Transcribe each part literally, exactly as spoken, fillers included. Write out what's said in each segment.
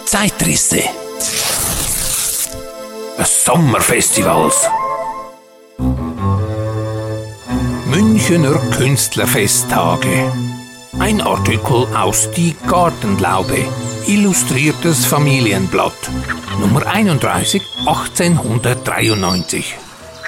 Zeitrisse. Sommerfestivals. Münchener Künstlerfesttage. Ein Artikel aus Die Gartenlaube. Illustriertes Familienblatt. Nummer einunddreißig, achtzehnhundertdreiundneunzig.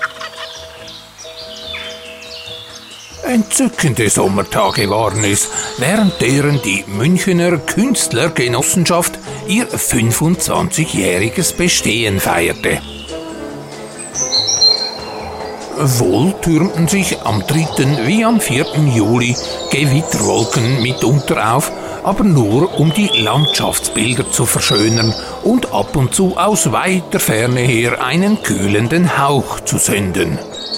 Entzückende Sommertage waren es, während deren die Münchener Künstlergenossenschaft ihr fünfundzwanzigjähriges Bestehen feierte. Wohl türmten sich am dritten wie am vierten Juli Gewitterwolken mitunter auf, aber nur um die Landschaftsbilder zu verschönern und ab und zu aus weiter Ferne her einen kühlenden Hauch zu senden.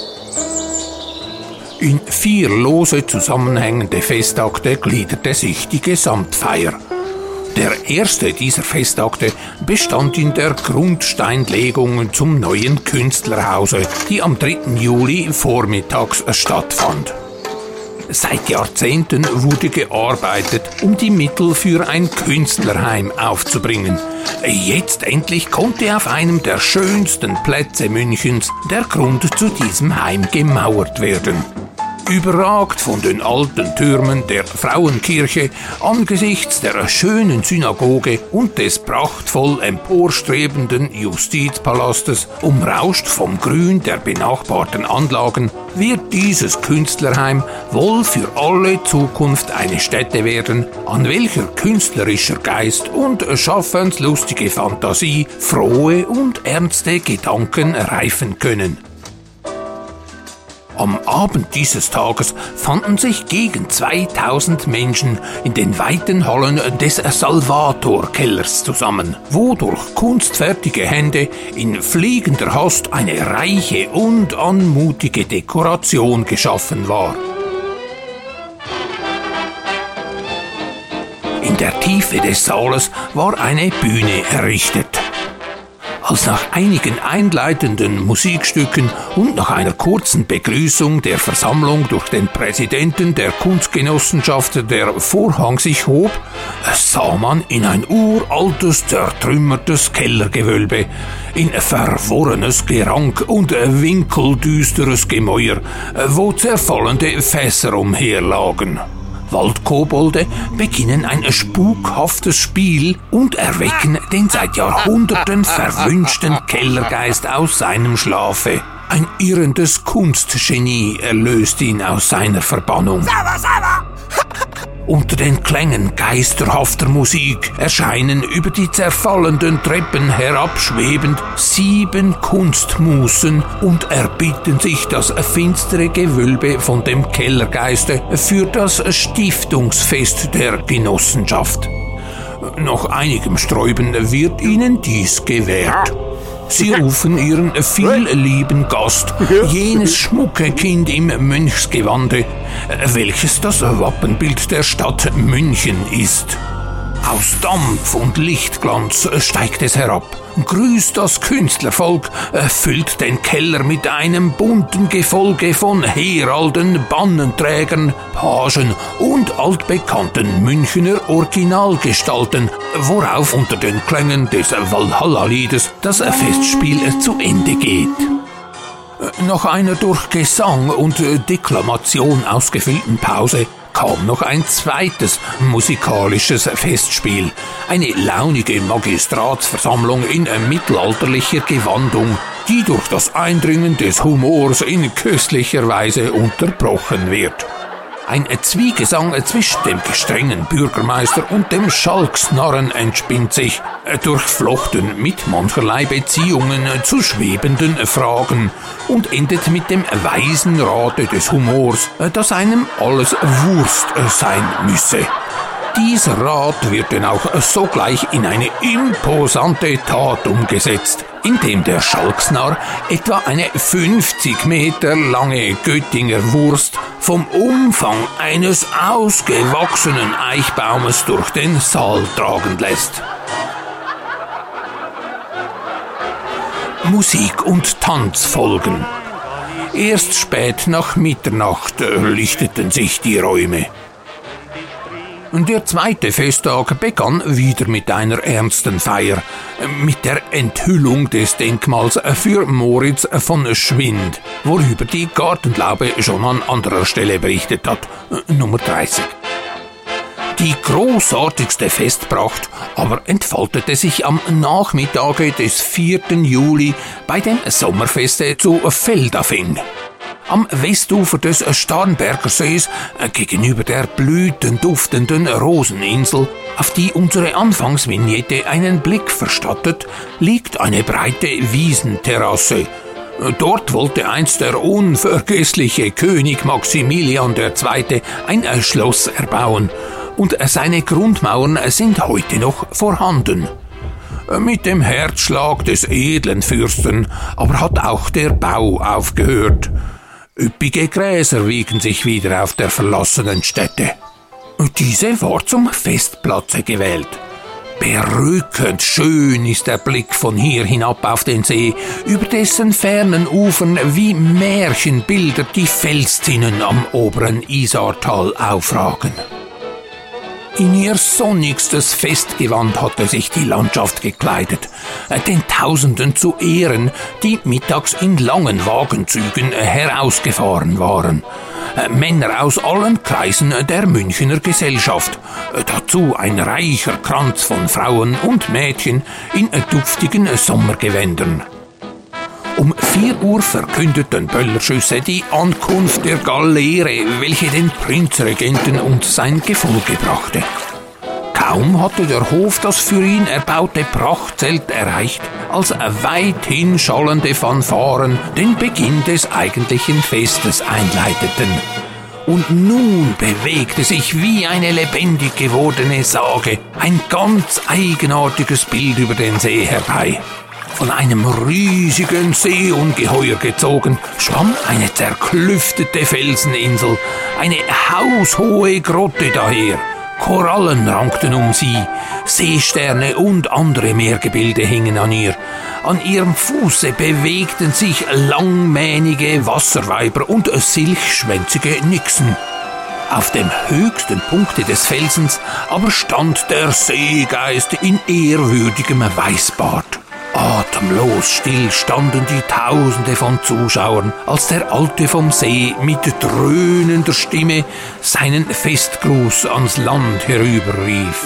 In vier lose zusammenhängende Festakte gliederte sich die Gesamtfeier. Der erste dieser Festakte bestand in der Grundsteinlegung zum neuen Künstlerhause, die am dritten Juli vormittags stattfand. Seit Jahrzehnten wurde gearbeitet, um die Mittel für ein Künstlerheim aufzubringen. Jetzt endlich konnte auf einem der schönsten Plätze Münchens der Grund zu diesem Heim gemauert werden. Überragt von den alten Türmen der Frauenkirche, angesichts der schönen Synagoge und des prachtvoll emporstrebenden Justizpalastes, umrauscht vom Grün der benachbarten Anlagen, wird dieses Künstlerheim wohl für alle Zukunft eine Stätte werden, an welcher künstlerischer Geist und schaffenslustige Fantasie frohe und ernste Gedanken reifen können. Am Abend dieses Tages fanden sich gegen zweitausend Menschen in den weiten Hallen des Salvator-Kellers zusammen, wo durch kunstfertige Hände in fliegender Hast eine reiche und anmutige Dekoration geschaffen war. In der Tiefe des Saales war eine Bühne errichtet. Als nach einigen einleitenden Musikstücken und nach einer kurzen Begrüßung der Versammlung durch den Präsidenten der Kunstgenossenschaft der Vorhang sich hob, sah man in ein uraltes, zertrümmertes Kellergewölbe, in verworrenes Gerank und winkeldüsteres Gemäuer, wo zerfallende Fässer umherlagen. Waldkobolde beginnen ein spukhaftes Spiel und erwecken den seit Jahrhunderten verwünschten Kellergeist aus seinem Schlafe. Ein irrendes Kunstgenie erlöst ihn aus seiner Verbannung. Unter den Klängen geisterhafter Musik erscheinen über die zerfallenden Treppen herabschwebend sieben Kunstmusen und erbitten sich das finstere Gewölbe von dem Kellergeiste für das Stiftungsfest der Genossenschaft. Nach einigem Sträuben wird ihnen dies gewährt. Sie rufen ihren viellieben Gast, jenes schmucke Kind im Mönchsgewande, welches das Wappenbild der Stadt München ist. Aus Dampf und Lichtglanz steigt es herab, grüßt das Künstlervolk, füllt den Keller mit einem bunten Gefolge von Heralden, Bannenträgern, Pagen und altbekannten Münchener Originalgestalten, worauf unter den Klängen des Walhalla-Liedes das Festspiel zu Ende geht. Nach einer durch Gesang und Deklamation ausgefüllten Pause kam noch ein zweites musikalisches Festspiel, eine launige Magistratsversammlung in mittelalterlicher Gewandung, die durch das Eindringen des Humors in köstlicher Weise unterbrochen wird. Ein Zwiegesang zwischen dem gestrengen Bürgermeister und dem Schalksnarren entspinnt sich, durchflochten mit mancherlei Beziehungen zu schwebenden Fragen und endet mit dem weisen Rate des Humors, dass einem alles Wurst sein müsse. Dieser Rat wird denn auch sogleich in eine imposante Tat umgesetzt, indem der Schalksnarr etwa eine fünfzig Meter lange Göttinger Wurst vom Umfang eines ausgewachsenen Eichbaumes durch den Saal tragen lässt. Musik und Tanz folgen. Erst spät nach Mitternacht lichteten sich die Räume. Der zweite Festtag begann wieder mit einer ernsten Feier, mit der Enthüllung des Denkmals für Moritz von Schwind, worüber die Gartenlaube schon an anderer Stelle berichtet hat, Nummer dreißig. Die großartigste Festpracht aber entfaltete sich am Nachmittage des vierten Juli bei dem Sommerfeste zu Feldafing. Am Westufer des Starnberger Sees, gegenüber der blütenduftenden Roseninsel, auf die unsere Anfangsvignette einen Blick verstattet, liegt eine breite Wiesenterrasse. Dort wollte einst der unvergessliche König Maximilian der Zweite ein Schloss erbauen, und seine Grundmauern sind heute noch vorhanden. Mit dem Herzschlag des edlen Fürsten aber hat auch der Bau aufgehört. Üppige Gräser wiegen sich wieder auf der verlassenen Stätte. Diese war zum Festplatze gewählt. Berückend schön ist der Blick von hier hinab auf den See, über dessen fernen Ufern wie Märchenbilder die Felszinnen am oberen Isartal aufragen. In ihr sonnigstes Festgewand hatte sich die Landschaft gekleidet, den Tausenden zu Ehren, die mittags in langen Wagenzügen herausgefahren waren. Männer aus allen Kreisen der Münchner Gesellschaft, dazu ein reicher Kranz von Frauen und Mädchen in duftigen Sommergewändern. Um vier Uhr verkündeten Böllerschüsse die Ankunft der Galeere, welche den Prinzregenten und sein Gefolge brachte. Kaum hatte der Hof das für ihn erbaute Prachtzelt erreicht, als weithin schallende Fanfaren den Beginn des eigentlichen Festes einleiteten. Und nun bewegte sich wie eine lebendig gewordene Sage ein ganz eigenartiges Bild über den See herbei. Von einem riesigen Seeungeheuer gezogen, schwamm eine zerklüftete Felseninsel, eine haushohe Grotte daher. Korallen rankten um sie, Seesterne und andere Meergebilde hingen an ihr. An ihrem Fuße bewegten sich langmähnige Wasserweiber und silchschwänzige Nixen. Auf dem höchsten Punkte des Felsens aber stand der Seegeist in ehrwürdigem Weißbart. Atemlos still standen die Tausende von Zuschauern, als der Alte vom See mit dröhnender Stimme seinen Festgruß ans Land herüberrief.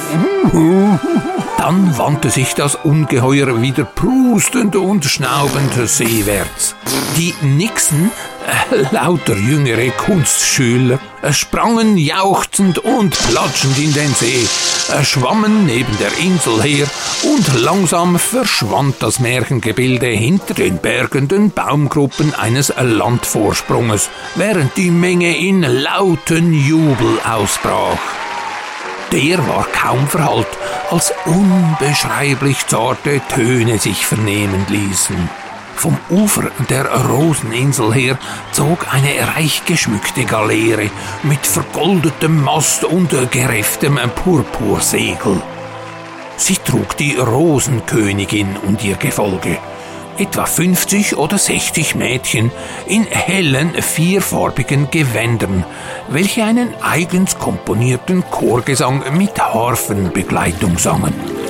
Dann wandte sich das Ungeheuer wieder prustend und schnaubend seewärts. Die Nixen, äh, lauter jüngere Kunstschüler, äh, sprangen jauchzend und platschend in den See, äh, schwammen neben der Insel her und langsam verschwand das Märchengebilde hinter den bergenden Baumgruppen eines Landvorsprunges, während die Menge in lauten Jubel ausbrach. Der war kaum verhallt, als unbeschreiblich zarte Töne sich vernehmen ließen. Vom Ufer der Roseninsel her zog eine reich geschmückte Galeere mit vergoldetem Mast und gerefftem Purpursegel. Sie trug die Rosenkönigin und ihr Gefolge. Etwa fünfzig oder sechzig Mädchen in hellen, vierfarbigen Gewändern, welche einen eigens komponierten Chorgesang mit Harfenbegleitung sangen.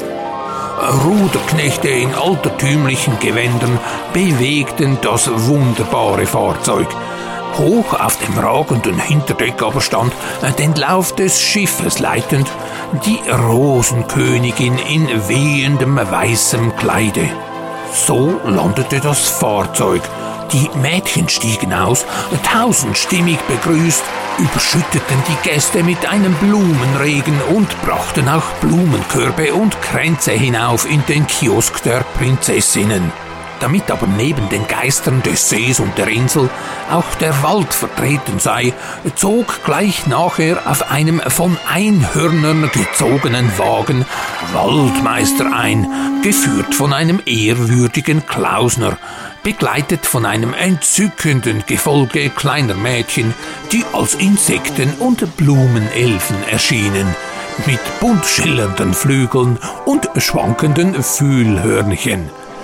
Ruderknechte in altertümlichen Gewändern bewegten das wunderbare Fahrzeug. Hoch auf dem ragenden Hinterdeck aber stand, den Lauf des Schiffes leitend, die Rosenkönigin in wehendem weißem Kleide. So landete das Fahrzeug. Die Mädchen stiegen aus, tausendstimmig begrüßt, überschütteten die Gäste mit einem Blumenregen und brachten auch Blumenkörbe und Kränze hinauf in den Kiosk der Prinzessinnen. Damit aber neben den Geistern des Sees und der Insel auch der Wald vertreten sei, zog gleich nachher auf einem von Einhörnern gezogenen Wagen Waldmeister ein, geführt von einem ehrwürdigen Klausner, begleitet von einem entzückenden Gefolge kleiner Mädchen, die als Insekten- und Blumenelfen erschienen, mit bunt schillernden Flügeln und schwankenden Fühlhörnchen.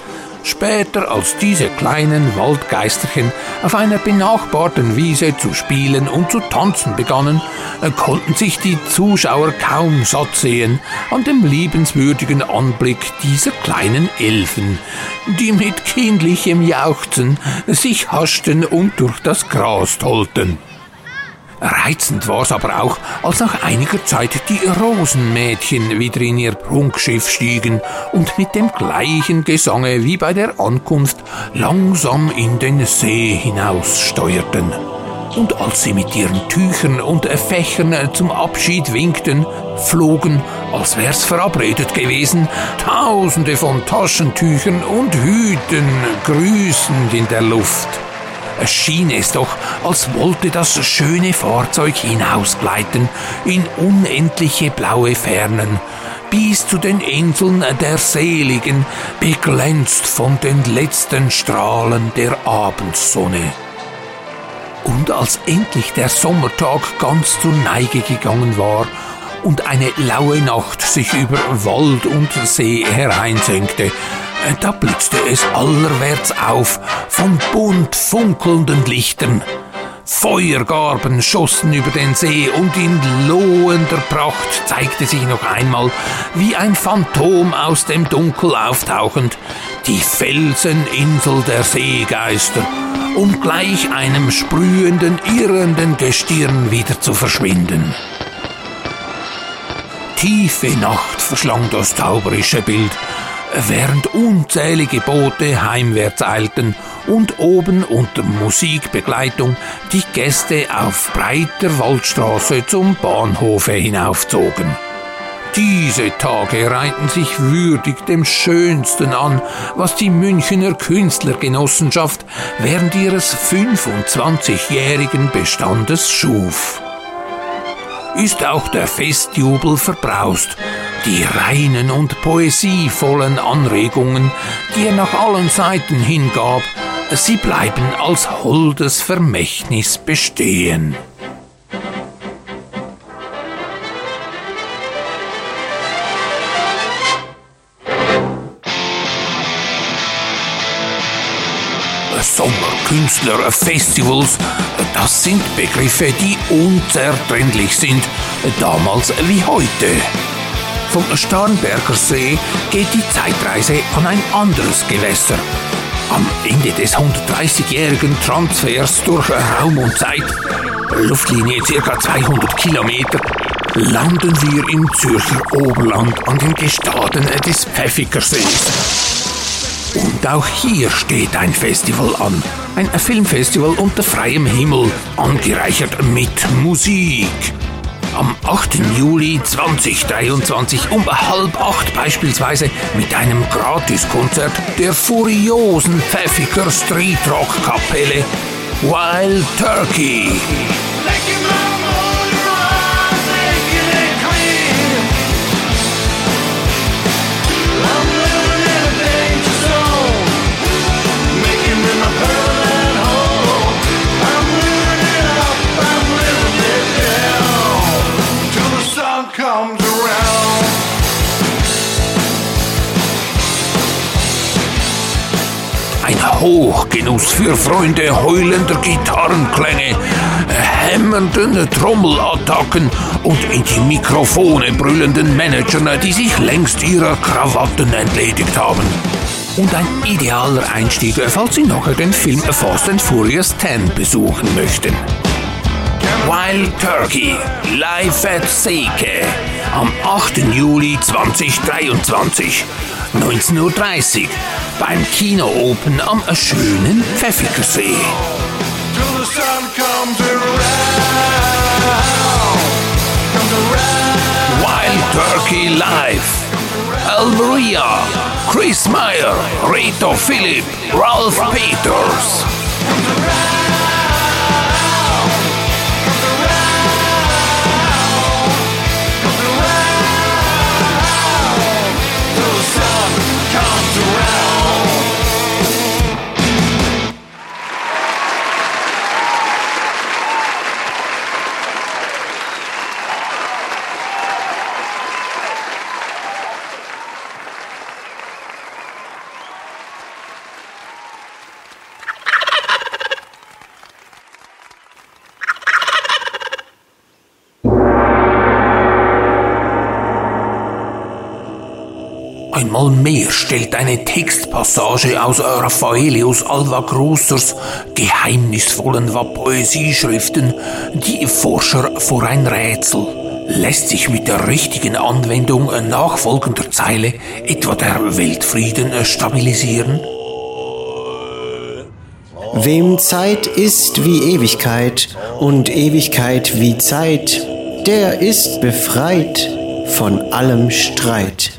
Später, als diese kleinen Waldgeisterchen auf einer benachbarten Wiese zu spielen und zu tanzen begannen, konnten sich die Zuschauer kaum satt sehen an dem liebenswürdigen Anblick dieser kleinen Elfen, die mit kindlichem Jauchzen sich haschten und durch das Gras tollten. Reizend war's aber auch, als nach einiger Zeit die Rosenmädchen wieder in ihr Prunkschiff stiegen und mit dem gleichen Gesange wie bei der Ankunft langsam in den See hinaussteuerten. Und als sie mit ihren Tüchern und Fächern zum Abschied winkten, flogen, als wär's verabredet gewesen, Tausende von Taschentüchern und Hüten grüßend in der Luft. Es schien es doch, als wollte das schöne Fahrzeug hinausgleiten in unendliche blaue Fernen, bis zu den Inseln der Seligen, beglänzt von den letzten Strahlen der Abendsonne. Und als endlich der Sommertag ganz zur Neige gegangen war und eine laue Nacht sich über Wald und See hereinsenkte, da blitzte es allerwärts auf von bunt funkelnden Lichtern. Feuergarben schossen über den See und in lohender Pracht zeigte sich noch einmal, wie ein Phantom aus dem Dunkel auftauchend, die Felseninsel der Seegeister, um gleich einem sprühenden, irrenden Gestirn wieder zu verschwinden. Tiefe Nacht verschlang das zauberische Bild, während unzählige Boote heimwärts eilten und oben unter Musikbegleitung die Gäste auf breiter Waldstraße zum Bahnhofe hinaufzogen. Diese Tage reihten sich würdig dem Schönsten an, was die Münchener Künstlergenossenschaft während ihres fünfundzwanzigjährigen Bestandes schuf. Ist auch der Festjubel verbraust, die reinen und poesievollen Anregungen, die er nach allen Seiten hingab, sie bleiben als holdes Vermächtnis bestehen. Sommerkünstler, Festivals, das sind Begriffe, die unzertrennlich sind, damals wie heute. Vom Starnberger See geht die Zeitreise an ein anderes Gewässer. Am Ende des hundertdreißigjährigen Transfers durch Raum und Zeit, Luftlinie ca. zweihundert Kilometer, landen wir im Zürcher Oberland an den Gestaden des Pfäffikersees. Und auch hier steht ein Festival an. Ein Filmfestival unter freiem Himmel, angereichert mit Musik. Am achten Juli zweitausenddreiundzwanzig um halb acht beispielsweise mit einem Gratiskonzert der furiosen Pfäffiker Street Rock Kapelle Wild Turkey. Ein Hochgenuss für Freunde heulender Gitarrenklänge, hämmernden Trommelattacken und in die Mikrofone brüllenden Managern, die sich längst ihrer Krawatten entledigt haben. Und ein idealer Einstieg, falls Sie nachher den Film Fast and Furious zehn besuchen möchten. Wild Turkey, live at Seeke, am achten Juli zweitausenddreiundzwanzig, neunzehn Uhr dreißig, beim Kino Open am schönen Pfäffikersee. Wild Turkey live. Alvaria, Chris Meyer, Reto Philipp, Ralph Peters. Einmal mehr stellt eine Textpassage aus Raffaelius Alvagrussers geheimnisvollen Poesieschriften die Forscher vor ein Rätsel. Lässt sich mit der richtigen Anwendung nachfolgender Zeile etwa der Weltfrieden stabilisieren? Wem Zeit ist wie Ewigkeit und Ewigkeit wie Zeit, der ist befreit von allem Streit.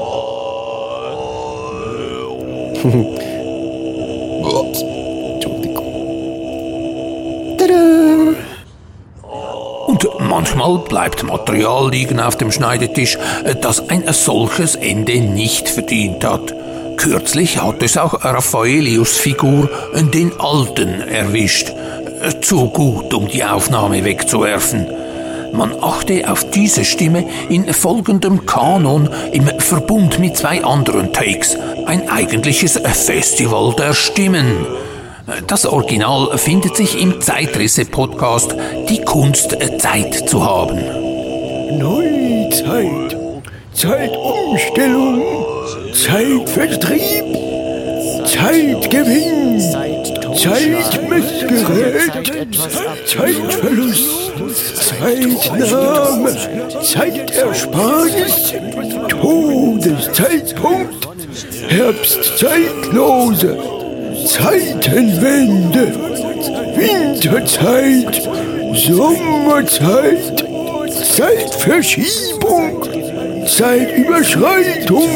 Und manchmal bleibt Material liegen auf dem Schneidetisch, das ein solches Ende nicht verdient hat. Kürzlich hat es auch Raffaelius Figur den Alten erwischt. Zu gut, um die Aufnahme wegzuwerfen. Man achte auf diese Stimme in folgendem Kanon im Verbund mit zwei anderen Takes. Ein eigentliches Festival der Stimmen. Das Original findet sich im Zeitrisse-Podcast Die Kunst, Zeit zu haben. Neue Zeit, Zeitumstellung, Zeitvertrieb, Zeitgewinn, Zeitmessgerät, Zeitverlust, Zeitnahme, Zeitersparnis, Todeszeitpunkt, Herbstzeitlose, Zeitenwende, Winterzeit, Sommerzeit, Zeitverschiebung, Zeitüberschreitung,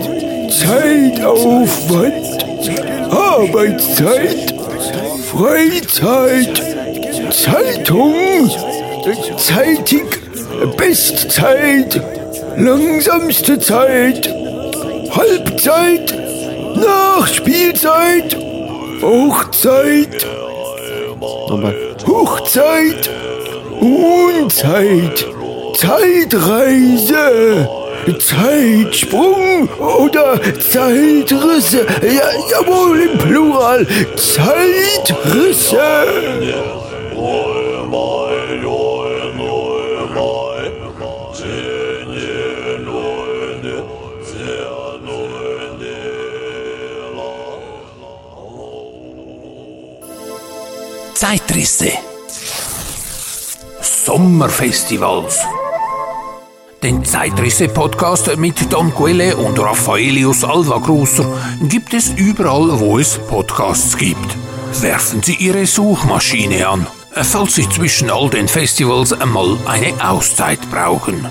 Zeitaufwand, Arbeitszeit, Freizeit, Zeitung, zeitig, Bestzeit, langsamste Zeit, Halbzeit, Nachspielzeit, Hochzeit, Hochzeit, Unzeit, Zeitreise, Zeitsprung oder Zeitrisse, ja, jawohl, im Plural, Zeitrisse. Zeitrisse. Sommerfestivals. Den Zeitrisse-Podcast mit Don Quelle und Raffaelius Alvagrusser gibt es überall, wo es Podcasts gibt. Werfen Sie Ihre Suchmaschine an, falls Sie zwischen all den Festivals einmal eine Auszeit brauchen.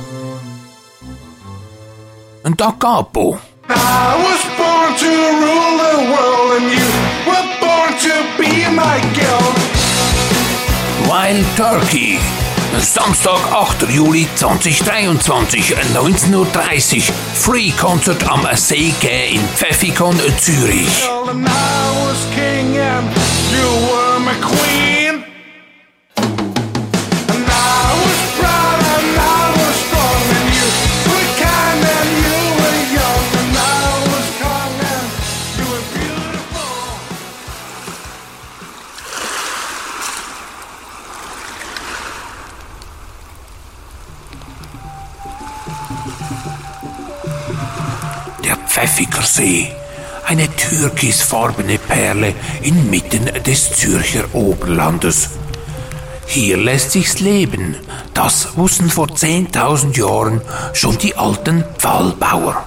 Da Capo. I was born to rule the world and you were born to be my girl. Wild Turkey. Samstag, achter Juli zweitausenddreiundzwanzig, neunzehn Uhr dreißig. Free Concert am Seeke in Pfäffikon, Zürich. And I was king and you were my queen. And I was proud and I was strong and you were kind and you were young. And I was strong and you were beautiful. Der Pfäffikersee, eine türkisfarbene Perle inmitten des Zürcher Oberlandes. Hier lässt sich's leben, das wussten vor zehntausend Jahren schon die alten Pfahlbauer.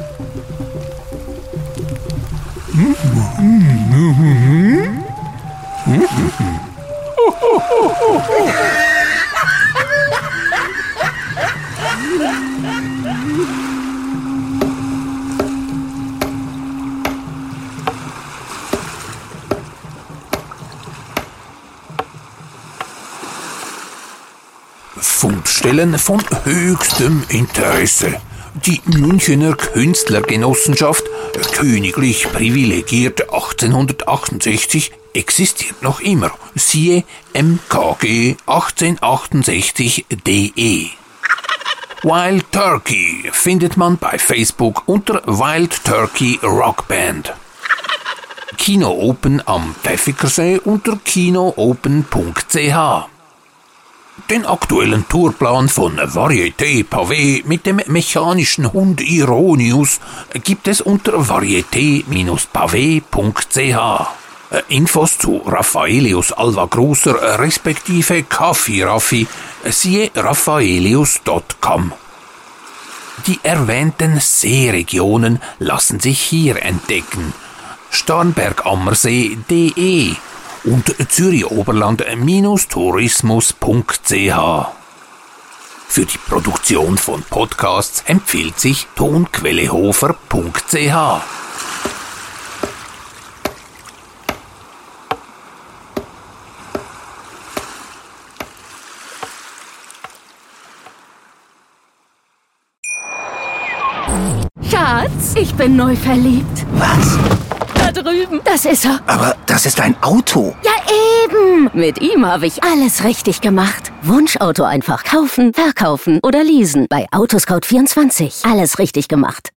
Fundstellen von höchstem Interesse. Die Münchener Künstlergenossenschaft, königlich privilegiert achtzehnhundertachtundsechzig, existiert noch immer. Siehe M K G achtzehnhundertachtundsechzig punkt de. Wild Turkey findet man bei Facebook unter Wild Turkey Rockband. Kino Open am Pfäffikersee unter kinoopen punkt c h. Den aktuellen Tourplan von Varieté Pavé mit dem mechanischen Hund Ironius gibt es unter varieté pavé punkt c h. Infos zu Raffaelius Alva Großer respektive Caffi Raffi siehe raffaelius punkt com. Die erwähnten Seeregionen lassen sich hier entdecken. Starnberg-Ammersee punkt de und Zürich-Oberland-tourismus punkt c h. Für die Produktion von Podcasts empfiehlt sich tonquellehofer punkt c h. Schatz, ich bin neu verliebt. Was? Da drüben. Das ist er. Aber das ist ein Auto. Ja, eben. Mit ihm habe ich alles richtig gemacht. Wunschauto einfach kaufen, verkaufen oder leasen. Bei Autoscout vierundzwanzig. Alles richtig gemacht.